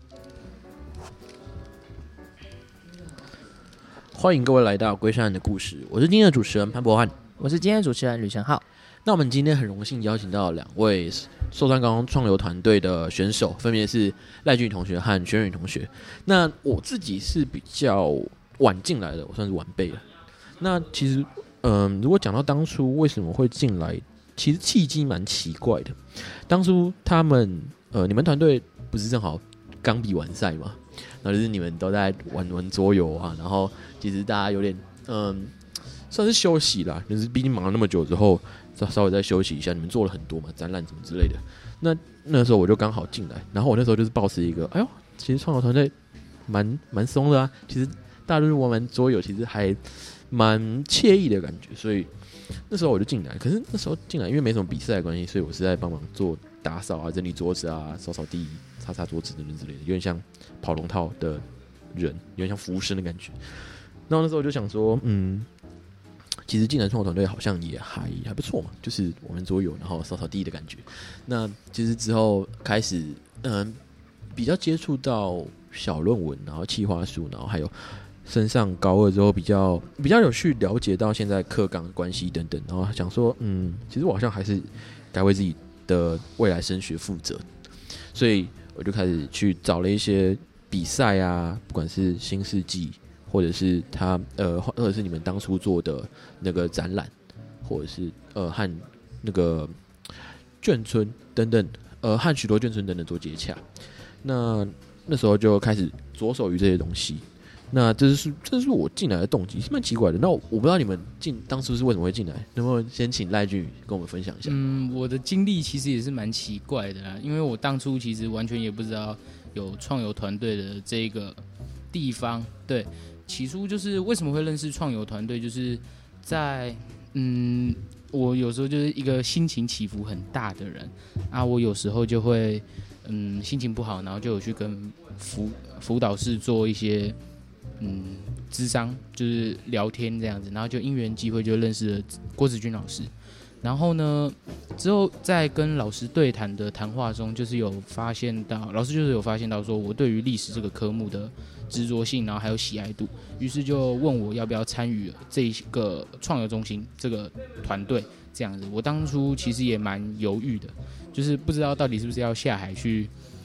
欢迎各位来到龟山人的故事，我是今天的主持人潘博翰， 我是今天的主持人吕成浩。 那我们今天很荣幸邀请到2位寿山高中创流团队的选手，分别是赖俊宇同学和轩宇同学。那我自己是比较晚进来的，我算是晚辈了。那其实，如果讲到当初为什么会进来，其实契机蛮奇怪的。当初他们，你们团队不是正好刚比完赛嘛？然后就是你们都在玩桌游啊，然后其实大家有点算是休息啦，就是毕竟忙了那么久之后，稍微再休息一下。你们做了很多嘛，展览什么之类的。那时候我就刚好进来，然后我那时候就是抱持一个，哎呦，其实创作团队蛮松的啊，其实大家都是玩桌游，其实还蛮惬意的感觉，所以那时候我就进来。可是那时候进来，因为没什么比赛的关系，所以我是在帮忙做打扫啊、整理桌子啊、扫地、擦桌子等等之类的，有点像跑龙套的人，有点像服务生的感觉。然后那时候我就想说，其实进来创作团队好像也还不错嘛，就是我们桌游，然后扫地的感觉。那其实之后开始，比较接触到小论文，然后企划书，然后还有升上高2之后，比较有去了解到现在课纲关系等等，然后想说，其实我好像还是该为自己的未来升学负责，所以我就开始去找了一些比赛啊，不管是新世纪，或者是或者是你们当初做的那个展览，或者是和那个眷村等等，和许多眷村等等做接洽。那时候就开始着手于这些东西。那这是我进来的动机，是蛮奇怪的。那我不知道你们当初是为什么会进来，能不能先请赖俊跟我们分享一下？ 我的经历其实也是蛮奇怪的啦，因为我当初其实完全也不知道有创游团队的这个地方。对，起初就是为什么会认识创游团队，就是在我有时候就是一个心情起伏很大的人啊，我有时候就会心情不好，然后就有去跟辅导室做一些諮商，就是聊天这样子，然后就因缘机会就认识了郭子君老师。然后呢，之后在跟老师对谈的谈话中，就是有发现到老师就是有发现到说我对于历史这个科目的执着性，然后还有喜爱度，于是就问我要不要参与这个创游中心这个团队这样子。我当初其实也蛮犹豫的，就是不知道到底是不是要下海去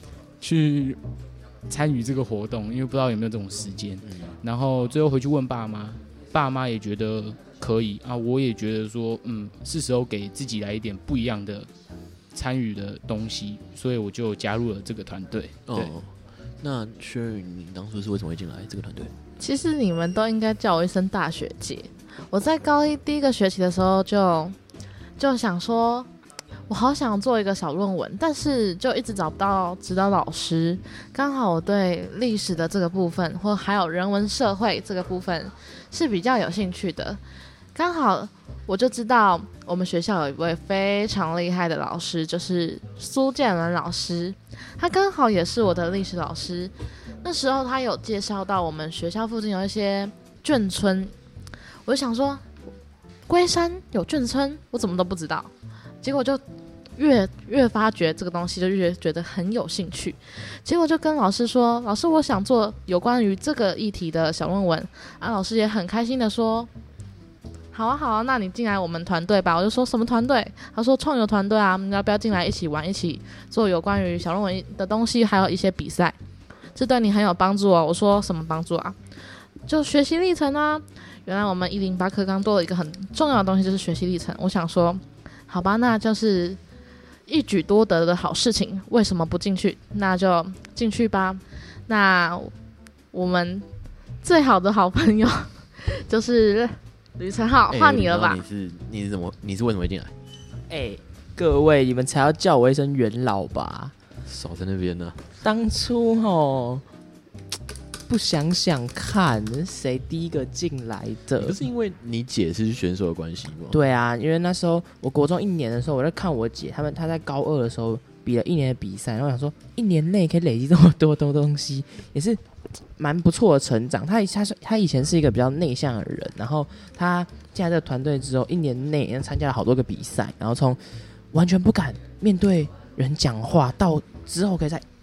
参与这个活动，因为不知道有没有这种时间。然后最后回去问爸妈，爸妈也觉得可以啊，我也觉得说，是时候给自己来一点不一样的参与的东西，所以我就加入了这个团队。对， 那轩宇，你当初是为什么会进来这个团队？ 其实你们都应该叫我一声大学姐。我在高一第一个学期的时候就想说，我好想做一个小论文，但是就一直找不到指导老师。刚好我对历史的这个部分，或还有人文社会这个部分是比较有兴趣的。刚好我就知道我们学校有一位非常厉害的老师，就是苏建伦老师，他刚好也是我的历史老师。那时候他有介绍到我们学校附近有一些眷村，我就想说，龟山有眷村，我怎么都不知道。结果就越发觉这个东西，就越觉得很有兴趣。结果就跟老师说，老师，我想做有关于这个议题的小论文啊。老师也很开心的说，好啊，那你进来我们团队吧。我就说什么团队？他说创游团队啊，你要不要进来一起玩，一起做有关于小论文的东西，还有一些比赛，这对你很有帮助哦。我说什么帮助啊？就学习历程啊。原来我们108课纲多了一个很重要的东西，就是学习历程。我想说，好吧，那就是一举多得的好事情，为什么不进去？那就进去吧。那我们最好的好朋友就是吕成浩，换你了吧？ 你是为什么会进来？ 各位，你们才要叫我一声元老吧？ 少在那边呢。 当初不想想看谁第一个进来的？ 不是因为你姐是选手的关系吗？ 对啊，因为那时候我国中1年的时候，我在看我姐她在高2的时候比了1年的比赛，然后我想说1年内可以累积这么多东西，也是蛮不错的成长。她以前是一个比较内向的人，然后她进来这个团队之后，1年内参加了好多个比赛，然后从完全不敢面对人讲话，到之后可以在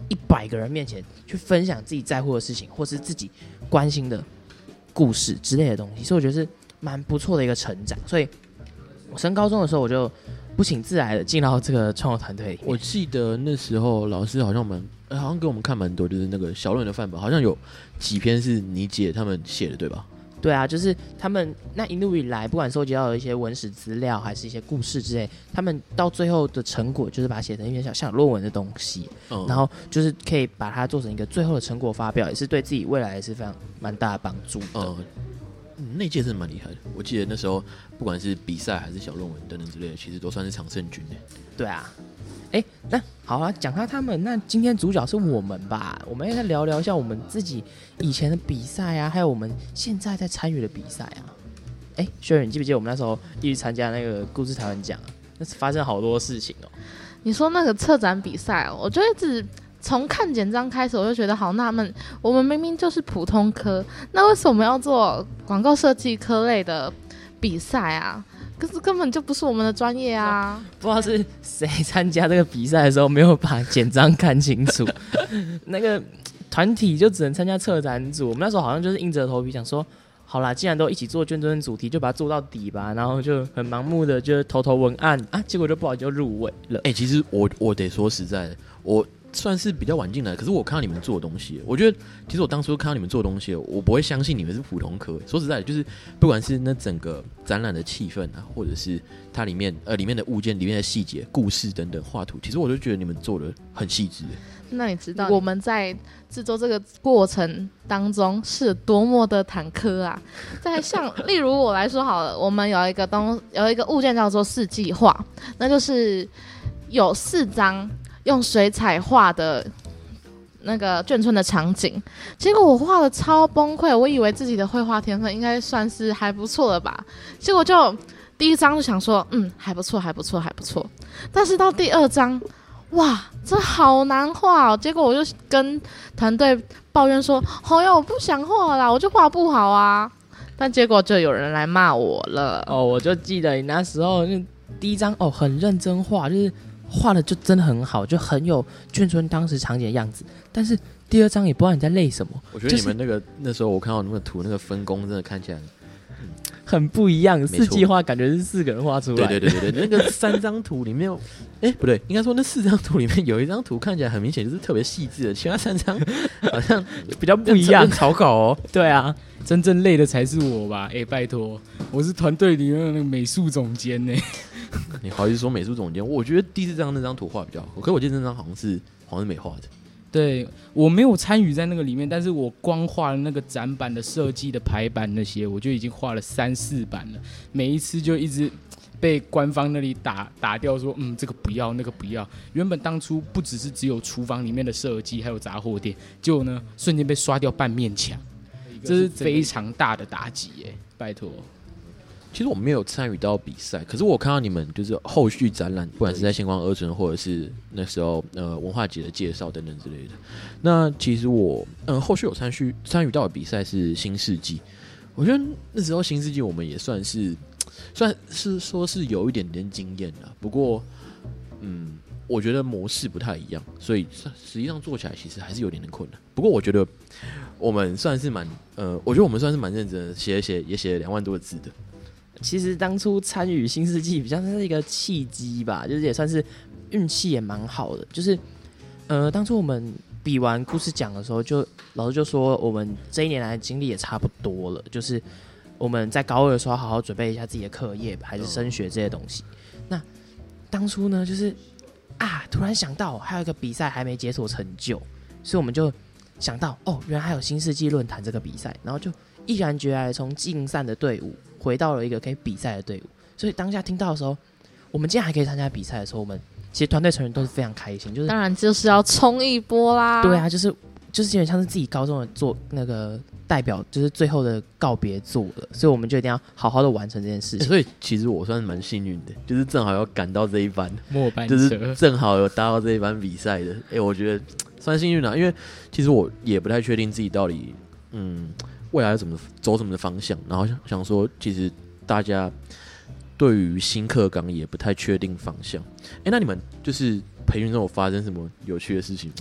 100个人面前去分享自己在乎的事情，或是自己关心的故事之类的东西，所以我觉得是蛮不错的一个成长。所以我升高中的时候，我就不请自来的进到这个创作团队里面。 我记得那时候老师好像给我们看蛮多，就是那个小论的范本，好像有几篇是你姐他们写的，对吧？ 对啊，就是他们那一路以来，不管收集到的一些文史资料，还是一些故事之类，他们到最后的成果就是把它写成一篇像论文的东西，然后就是可以把它做成一个最后的成果发表，也是对自己未来也是非常蛮大的帮助的。 那届真的蛮厉害的，我记得那时候不管是比赛还是小论文等等之类的，其实都算是常胜军的。 对啊，那好啊，讲到他们，那今天主角是我们吧？我们也来聊聊一下我们自己以前的比赛啊，还有我们现在在参与的比赛啊。薛仁，你记不记得我们那时候一起参加那个故事台湾奖啊？那是发生好多事情哦。 你说那个策展比赛我就一直从看简章开始，我就觉得好纳闷，我们明明就是普通科，那为什么我们要做广告设计科类的比赛啊？可是根本就不是我们的专业啊！ 不知道是谁参加这个比赛的时候没有把简章看清楚，那个团体就只能参加策展组。我们那时候好像就是硬着头皮想说，好啦，既然都一起做卷宗主题，就把它做到底吧。然后就很盲目的就投文案啊，结果就不好就入围了。 其实我得说实在的，我算是比较晚进来，可是我看到你们做的东西，我觉得其实我当初看到你们做的东西，我不会相信你们是普通科。说实在的，就是不管是那整个展览的气氛啊，或者是它里面的物件、里面的细节、故事等等画图，其实我都觉得你们做的很细致。 那你知道我们在制作这个过程当中是多么的坎坷啊？在例如我来说好了，我们有一个物件叫做四季画，那就是有4张用水彩画的那个眷村的场景，结果我画的超崩溃，我以为自己的绘画天分应该算是还不错了吧，结果就第1张就想说还不错，但是到第2张，哇，这好难画哦！结果我就跟团队抱怨说，我不想画啦，我就画不好啊。但结果就有人来骂我了。 我就记得你那时候第1张很认真画，就是画的就真的很好，就很有眷村当时场景的样子。但是第2张也不知道你在累什么。 我觉得你们那时候我看到那个图，那个分工真的看起来很不一样。4季画感觉是4个人画出来的。 对，那个3张图里面，不对，应该说那4张图里面有1张图看起来很明显就是特别细致的，其他3张好像比较不一样， 草稿哦。 对啊， 真正累的才是我吧？拜托，我是团队里面的那个美术总监呢。 你好意思说美术总监？我觉得第4张那张图画比较好，可是我记得那张好像是美画的。 对，我没有参与在那个里面，但是我光画了那个展板的设计的排版那些，我就已经画了3、4版了。每一次就一直被官方那里打掉说，这个不要，那个不要。原本当初不只有厨房里面的设计，还有杂货店，结果呢瞬间被刷掉半面墙，这是非常大的打击耶！拜托。 其实我没有参与到比赛，可是我看到你们就是后续展览，不管是在星光二村或者是那时候文化节的介绍等等之类的。那其实我后续有参与到的比赛是新世纪，我觉得那时候新世纪我们也算是说是有一点点经验啦，不过我觉得模式不太一样，所以实际上做起来其实还是有点困难。不过我觉得我们算是蛮认真的，也写了2万多字的。 其实当初参与新世纪比较是一个契机吧，就是也算是运气也蛮好的。就是当初我们比完故事奖的时候，老师就说我们这1年来的经历也差不多了，就是我们在高2的时候要好好准备一下自己的课业还是升学这些东西。那当初呢，就是突然想到还有一个比赛还没解锁成就，所以我们就想到原来还有新世纪论坛这个比赛，然后就毅然决然从竞赛的队伍回到了一个可以比赛的队伍。所以当下听到的时候，我们竟然还可以参加比赛的时候，我们其实团队成员都是非常开心，就是当然就是要冲一波啦。 对啊，就是有点像是自己高中的做那个代表，就是最后的告别作了，所以我们就一定要好好的完成这件事情。 所以其实我算是蛮幸运的，就是正好要赶到这一班末班车， 就是正好有搭到这一班比赛的。我觉得算幸运啦，因为其实我也不太确定自己到底未来要走什么的方向，然后想说，其实大家对于新课纲也不太确定方向。那你们就是培训中有发生什么有趣的事情吗？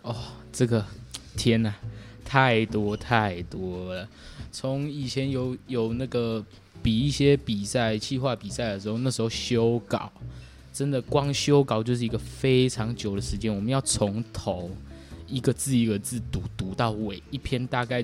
这个天哪，太多了。从以前有那个比一些比赛、企划比赛的时候，那时候修稿，真的光修稿就是一个非常久的时间。我们要从头一个字一个字读到尾，一篇大概有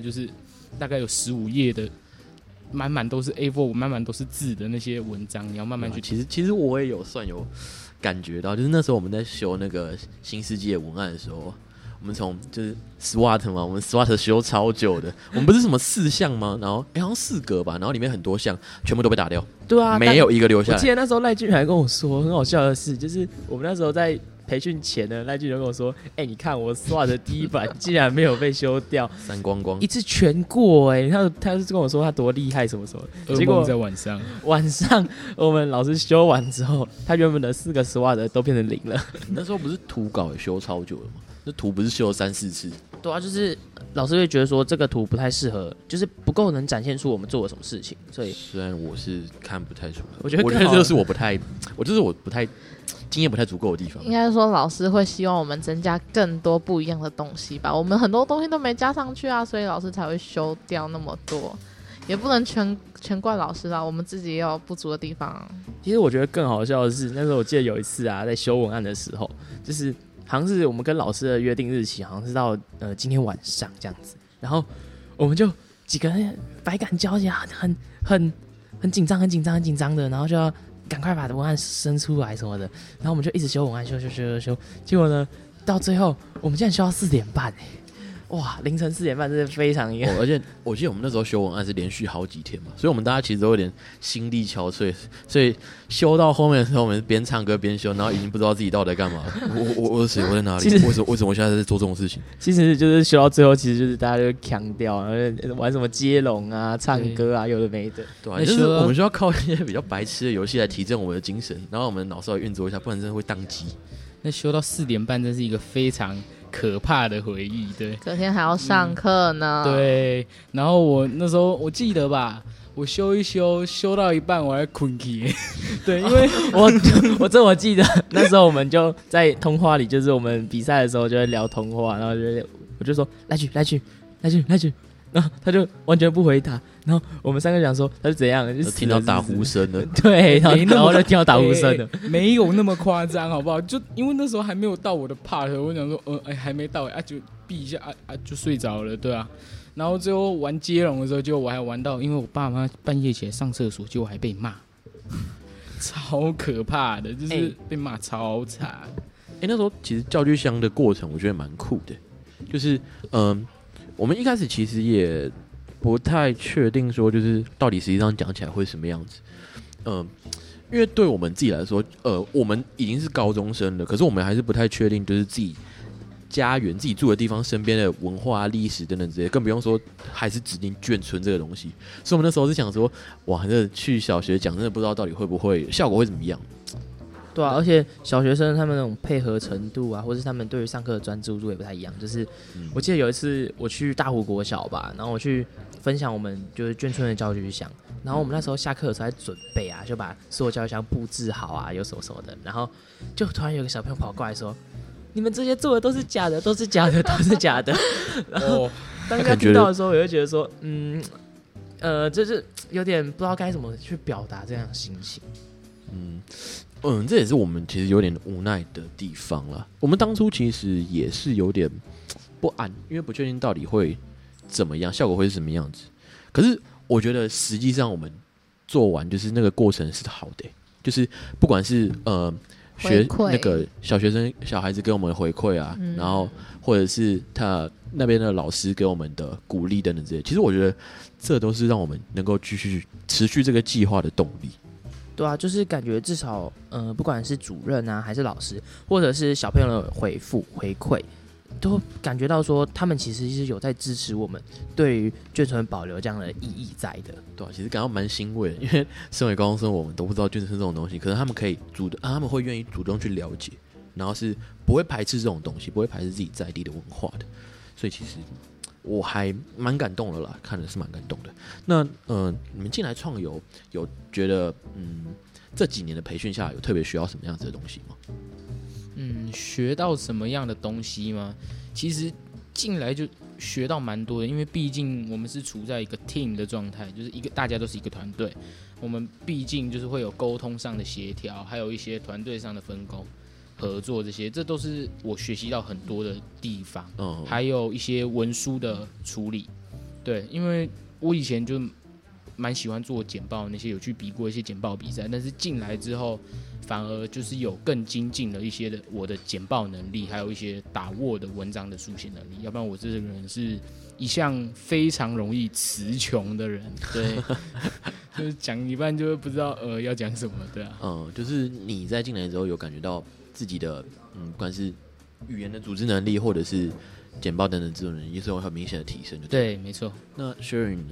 15页的，满满都是 A4， 满满都是字的那些文章，你要慢慢去读。 其实我也有感觉到，就是那时候我们在修那个新世纪的文案的时候，我们从就是 SWOT 嘛，我们 SWOT 修超久的，我们不是什么4项吗？然后好像4格吧，然后里面很多项全部都被打掉， 对啊， 没有一个留下来。 我记得那时候赖俊还跟我说很好笑的事，就是我们那时候在培训前呢，赖俊就跟我说：“你看我 SWOT 的第一版竟然没有被修掉， 删光光， 一次全过他就跟我说他多厉害什么什么。结果在晚上我们老师修完之后，他原本的4个 SWOT 都变成0了。 你那时候不是图稿也修超久了吗？那图不是修了3、4次？ 对啊，就是老师会觉得说这个图不太适合，就是不够能展现出我们做了什么事情，所以虽然我是看不太出来， 我觉得这就是我不太经验不太足够的地方。 应该说老师会希望我们增加更多不一样的东西吧，我们很多东西都没加上去啊，所以老师才会修掉那么多，也不能全怪老师啦，我们自己也有不足的地方。 其实我觉得更好笑的是，那时候我记得有一次啊，在修文案的时候，就是好像是我们跟老师的约定日期，好像是到今天晚上这样子，然后我们就几个人百感交集，很紧张的，然后就要赶快把文案生出来什么的，然后我们就一直修文案，修，结果呢，到最后我们竟然修到4点半哇，凌晨4点半真的非常而且我记得我们那时候修文案是连续好几天嘛，所以我们大家其实都有点心力憔悴，所以修到后面的时候，我们边唱歌边修，然后已经不知道自己到底在干嘛。我是谁？我在哪里？为什么我现在在做这种事情？ 其实就是修到最后，其实就是大家就强调，然后玩什么接龙啊、唱歌啊，有的没的。 对啊，就是我们需要靠一些比较白痴的游戏来提振我们的精神，然后我们脑稍微运作一下，不然真的会宕机。 那修到4点半，真是一个非常可怕的回忆，对。 隔天还要上课呢。 对，然后我那时候我记得吧，我修一修到一半我还困起，对，因为我记得那时候我们就在通话里，就是我们比赛的时候就会聊通话，然后我就说来去，然后他就完全不回答，然后我们3个讲说他是怎样，就听到打呼声了， 对，然后就听到打呼声了， 没有那么夸张，好不好？就因为那时候还没有到我的 part， 我想说，还没到就闭一下就睡着了，对啊。然后最后玩接龙的时候，就我还玩到，因为我爸妈半夜起来上厕所，结果还被骂，超可怕的，就是被骂超惨。 那时候其实教具箱的过程我觉得蛮酷的，就是我们一开始其实也不太确定说，就是到底实际上讲起来会什么样子。因为对我们自己来说，我们已经是高中生了，可是我们还是不太确定，就是自己家园、自己住的地方身边的文化、历史等等之类，更不用说还是指定眷村这个东西。所以我们那时候是想说，哇，这去小学讲，真的不知道到底会不会效果会怎么样。 对啊，而且小学生他们那种配合程度啊，或是他们对于上课的专注度也不太一样。就是我记得有一次我去大湖国小吧，然后我去分享我们就是眷村的教具箱，然后我们那时候下课的时候在准备啊，就把所有教具箱布置好啊，有什么什么的，然后就突然有个小朋友跑过来说：“你们这些做的都是假的，都是假的，都是假的。”然后当他听到的时候，我就觉得说，就是有点不知道该怎么去表达这样的心情。 这也是我们其实有点无奈的地方啦。我们当初其实也是有点不安，因为不确定到底会怎么样，效果会是什么样子。可是我觉得实际上我们做完，就是那个过程是好的，就是不管是那个小学生小孩子给我们的回馈啊，然后或者是他那边的老师给我们的鼓励等等之类，其实我觉得这都是让我们能够继续持续这个计划的动力。 对啊，就是感觉至少不管是主任啊，还是老师，或者是小朋友的回馈，都感觉到说他们其实是有在支持我们对于眷村保留这样的意义在的。 对啊，其实感到蛮欣慰的，因为身为高中生，我们都不知道眷村这种东西，可是他们可以他们会愿意主动去了解，然后是不会排斥这种东西，不会排斥自己在地的文化的，所以其实我还蛮感动的啦，看的是蛮感动的。那你们进来创游有觉得这几年的培训下来有特别需要什么样子的东西吗？ 学到什么样的东西吗？ 其实进来就学到蛮多的，因为毕竟我们是处在一个 team 的状态，就是大家都是一个团队，我们毕竟就是会有沟通上的协调，还有一些团队上的分工、合作这都是我学习到很多的地方。还有一些文书的处理，对，因为我以前就蛮喜欢做简报，那些有去比过一些简报比赛，但是进来之后，反而就是有更精进了一些的我的简报能力，还有一些打握的文章的书写能力。要不然我这个人是一向非常容易词穷的人，对，就是讲一半就会不知道要讲什么，对啊。 就是你在进来之后有感觉到自己的不管是语言的组织能力，或者是简报等等这种能力，也是有很明显的提升。 对，没错。 那 Sherry 呢？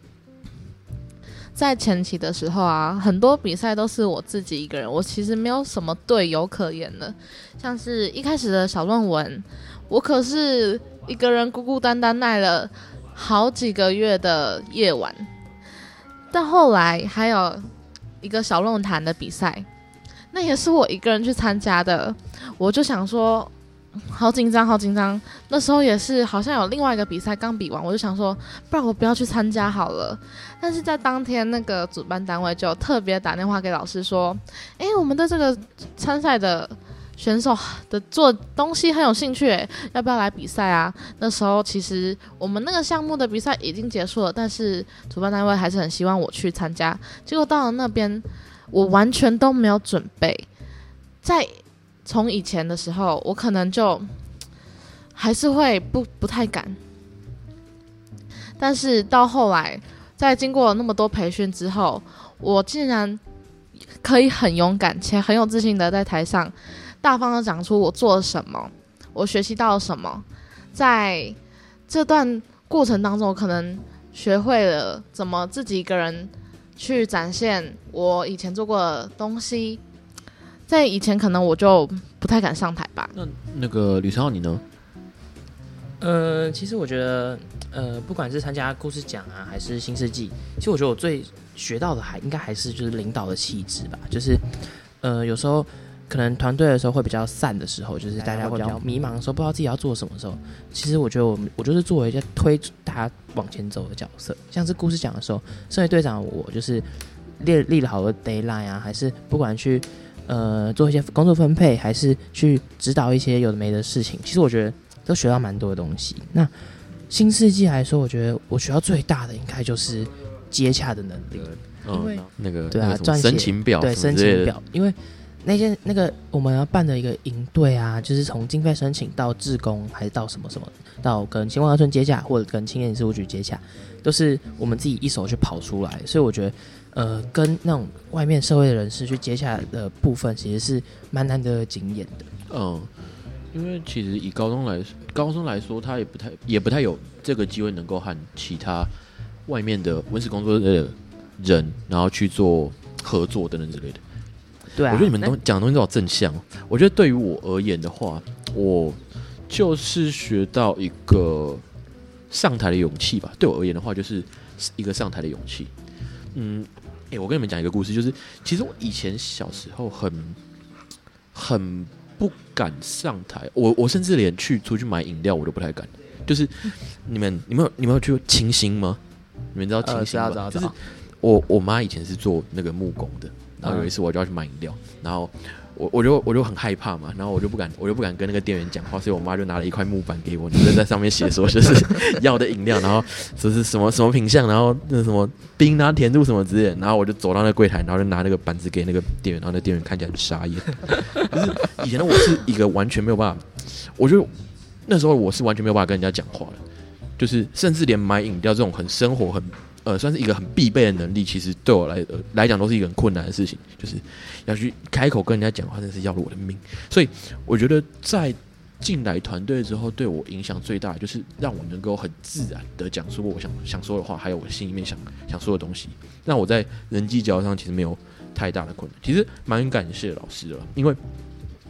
在前期的时候啊，很多比赛都是我自己一个人，我其实没有什么队友可言的。像是一开始的小论文，我可是一个人孤孤单单耐了好几个月的夜晚。但后来还有一个小论坛的比赛，那也是我一个人去参加的。我就想说，好紧张，好紧张。那时候也是好像有另外一个比赛刚比完，我就想说，不然我不要去参加好了。但是在当天，那个主办单位就特别打电话给老师说，我们对这个参赛的选手的做东西很有兴趣，要不要来比赛啊？那时候其实我们那个项目的比赛已经结束了，但是主办单位还是很希望我去参加。结果到了那边，我完全都没有准备。从以前的时候，我可能就还是会不太敢，但是到后来，在经过那么多培训之后，我竟然可以很勇敢且很有自信的在台上大方的讲出我做了什么，我学习到了什么。在这段过程当中，我可能学会了怎么自己一个人去展现我以前做过的东西。在以前可能我就不太敢上台吧。 那个吕承浩你呢？ 其实我觉得，不管是参加故事奖啊，还是新世纪，其实我觉得我最学到的应该还是就是领导的气质吧。就是，有时候可能团队的时候会比较散的时候，就是大家会比较迷茫的时候，不知道自己要做什么时候。其实我觉得我就是作为一个推大家往前走的角色。像是故事奖的时候，身为队长我就是立了好多 deadline 啊，还是不管去做一些工作分配，还是去指导一些有的没的事情，其实我觉得都学到蛮多的东西。那新世纪来说，我觉得我学到最大的应该就是接洽的能力，因为那个对啊， 那个申请表， 对申请表，因为那个我们要办的一个营队啊，就是从经费申请到志工，还是到什么什么，到跟新光村接洽，或者跟青年事务局接洽，都是我们自己一手去跑出来。所以我觉得跟那种外面社会的人士去接洽的部分，其实是蛮难得的经验的。 因为其实以高中来说，他也不太有这个机会能够和其他外面的文史工作的人，然后去做合作等等之类的。 对啊， 我觉得你们讲的东西都好正向。我觉得对于我而言的话，我就是学到一个上台的勇气吧。对我而言的话，就是一个上台的勇气。我跟你们讲一个故事，就是其实我以前小时候很不敢上台，我甚至连出去买饮料我都不太敢。就是你们有去过清新吗？你们知道清新吗？就是我妈以前是做那个木工的，然后有一次我就要去买饮料，然后我就很害怕嘛，然后我就不敢跟那个店员讲话，所以我妈就拿了一块木板给我，在上面写说就是要的饮料，然后说是什么什么品项，然后那什么冰啊甜度什么之类的，然后我就走到那个柜台，然后就拿那个板子给那个店员，然后那店员看起来很傻眼。就是以前的我是一个完全没有办法，我觉得那时候我是完全没有办法跟人家讲话的，就是甚至连买饮料这种很生活算是一个很必备的能力，其实对我来讲都是一个很困难的事情，就是要去开口跟人家讲话，真的是要了我的命。所以我觉得在进来团队之后，对我影响最大的就是让我能够很自然的讲出我想说的话，还有我心里面想说的东西，让我在人际交流上其实没有太大的困难。其实蛮感谢老师的，因为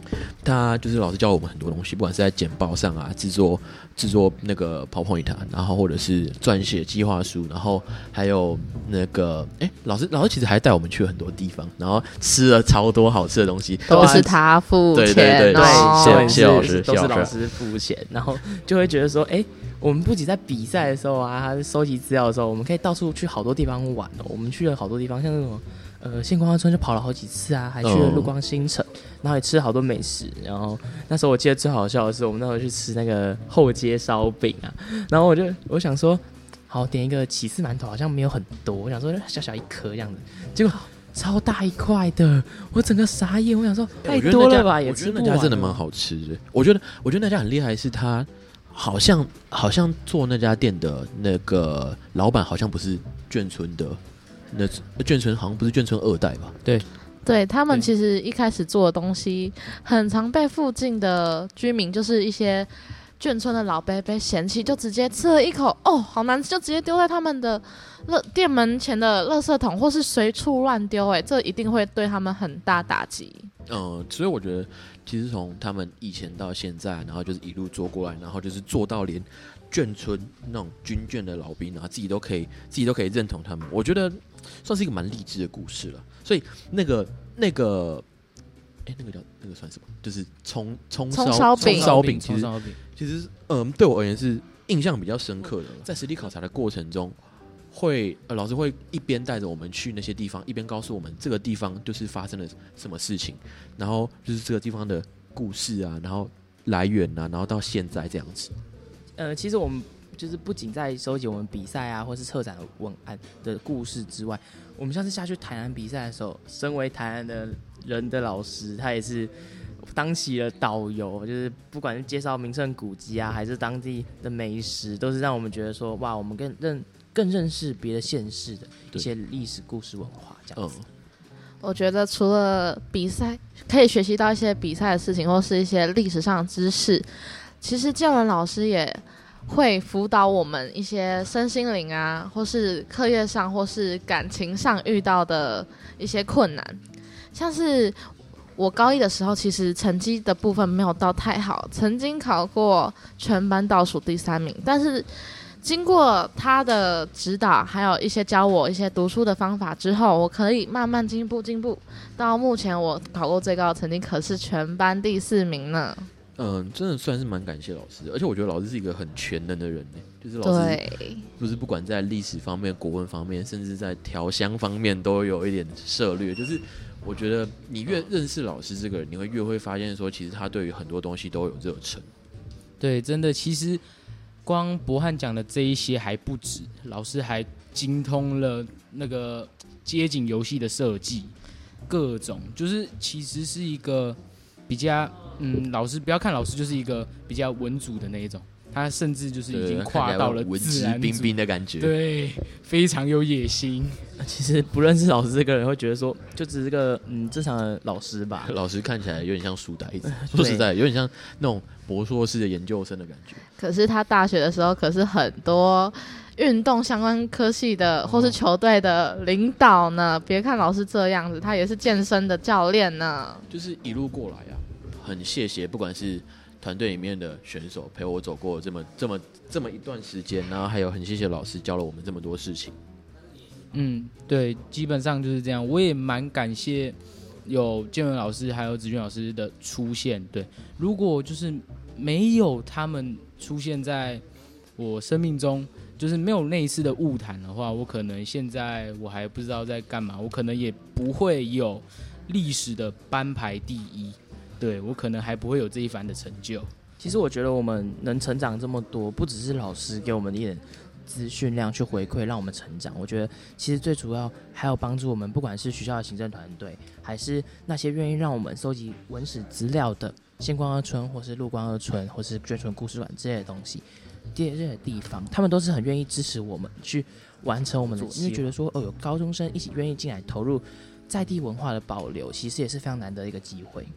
他就是老师教我们很多东西，不管是在简报上啊，制作那个 PowerPoint 啊，然后或者是撰写计划书，然后还有那个老师其实还带我们去了很多地方，然后吃了超多好吃的东西， 都是他付钱对哦。 谢老师， 都是老师付钱，然后就会觉得说，我们不仅在比赛的时候啊，收集资料的时候，我们可以到处去好多地方玩哦。我们去了好多地方，像那种星光村就跑了好几次啊，还去了陆光新城，然后也吃了好多美食。然后那时候我记得最好笑的是，我们那时候去吃那个后街烧饼啊，然后我想说，好点一个起司馒头，好像没有很多，我想说小小一颗这样子，结果超大一块的，我整个傻眼，我想说太多了吧，也吃不完。 我觉得那家真的蛮好吃的，我觉得那家很厉害，是他。好像做那家店的那个老板好像不是眷村的，那眷村好像不是眷村2代吧？ 对他们其实一开始做的东西，很常被附近的居民，就是一些眷村的老伯伯嫌弃，就直接吃了一口，好难吃，就直接丢在他们的店门前的垃圾桶，或是随处乱丢，这一定会对他们很大打击。 所以我觉得，其实从他们以前到现在，然后就是一路做过来，然后就是做到连眷村那种军眷的老兵，然后自己都可以认同他们，我觉得算是一个蛮励志的故事了。所以那个叫那个算什么？就是葱烧饼，其实对我而言是印象比较深刻的。在实地考察的过程中，老师会一边带着我们去那些地方，一边告诉我们这个地方就是发生了什么事情，然后就是这个地方的故事啊，然后来源啊，然后到现在这样子。 其实我们就是不仅在收集我们比赛啊，或是策展文案的故事之外，我们上次下去台南比赛的时候，身为台南的人的老师，他也是当起了导游，就是不管是介绍名胜古迹啊，还是当地的美食，都是让我们觉得说，哇，我们更认识别的县市的一些历史故事文化这样子。 我觉得除了比赛可以学习到一些比赛的事情，或是一些历史上的知识，其实建文老师也会辅导我们一些身心灵啊，或是课业上或是感情上遇到的一些困难。像是我高一的时候，其实成绩的部分没有到太好，曾经考过全班倒数第3名，但是经过他的指导，还有一些教我一些读书的方法之后，我可以慢慢进步，到目前我考过最高的成绩可是全班第4名呢。 真的算是蛮感谢老师的，而且我觉得老师是一个很全能的人，就是老师就是不管在历史方面、国文方面，甚至在调香方面都有一点涉略。就是我觉得你越认识老师这个人，你会越会发现说，其实他对于很多东西都有热忱。 对，真的，其实光博翰讲的这一些还不止，老师还精通了那个街景游戏的设计，各种就是其实是一个比较老师不要看老师就是一个比较文组的那一种，他甚至就是已经跨到了自然文质彬彬的感觉， 对，非常有野心。 其实不认识老师这个人会觉得说，就只是个正常的老师吧。 老师看起来有点像书呆子，说实在，有点像那种博硕士的研究生的感觉。 可是他大学的时候，可是很多运动相关科系的或是球队的领导呢。别看老师这样子，他也是健身的教练呢。 就是一路过来啊，很谢谢，不管是团队里面的选手陪我走过这么一段时间，然后还有很谢谢老师教了我们这么多事情。 对，基本上就是这样。我也蛮感谢有建文老师还有子俊老师的出现。对，如果就是没有他们出现在我生命中，就是没有那一次的晤谈的话，我可能现在我还不知道在干嘛，我可能也不会有历史的班排第1，对，我可能还不会有这一番的成就。 其实我觉得我们能成长这么多，不只是老师给我们一点资讯量去回馈让我们成长，我觉得其实最主要还有帮助我们，不管是学校的行政团队，还是那些愿意让我们收集文史资料的星光二村，或是陆光二村，或是眷村故事馆这些东西，这些地方，他们都是很愿意支持我们去完成我们的，因为觉得说有高中生一起愿意进来投入在地文化的保留，其实也是非常难得的一个机会。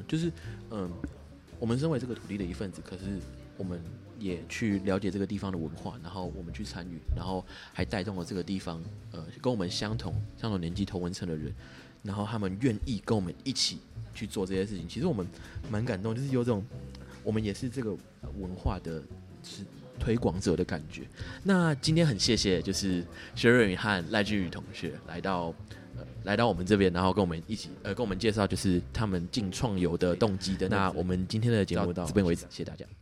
我们身为这个土地的一份子，可是我们也去了解这个地方的文化，然后我们去参与，然后还带动了这个地方跟我们相同年纪同文层的人， 然后他们愿意跟我们一起去做这些事情，其实我们蛮感动，就是有种我们也是这个文化的推广者的感觉。那今天很谢谢就是薛润宇和赖俊宇同学来到我们这边，然后跟我们一起跟我们介绍就是他们进创游的动机的。那我们今天的节目到这边为止，谢谢大家。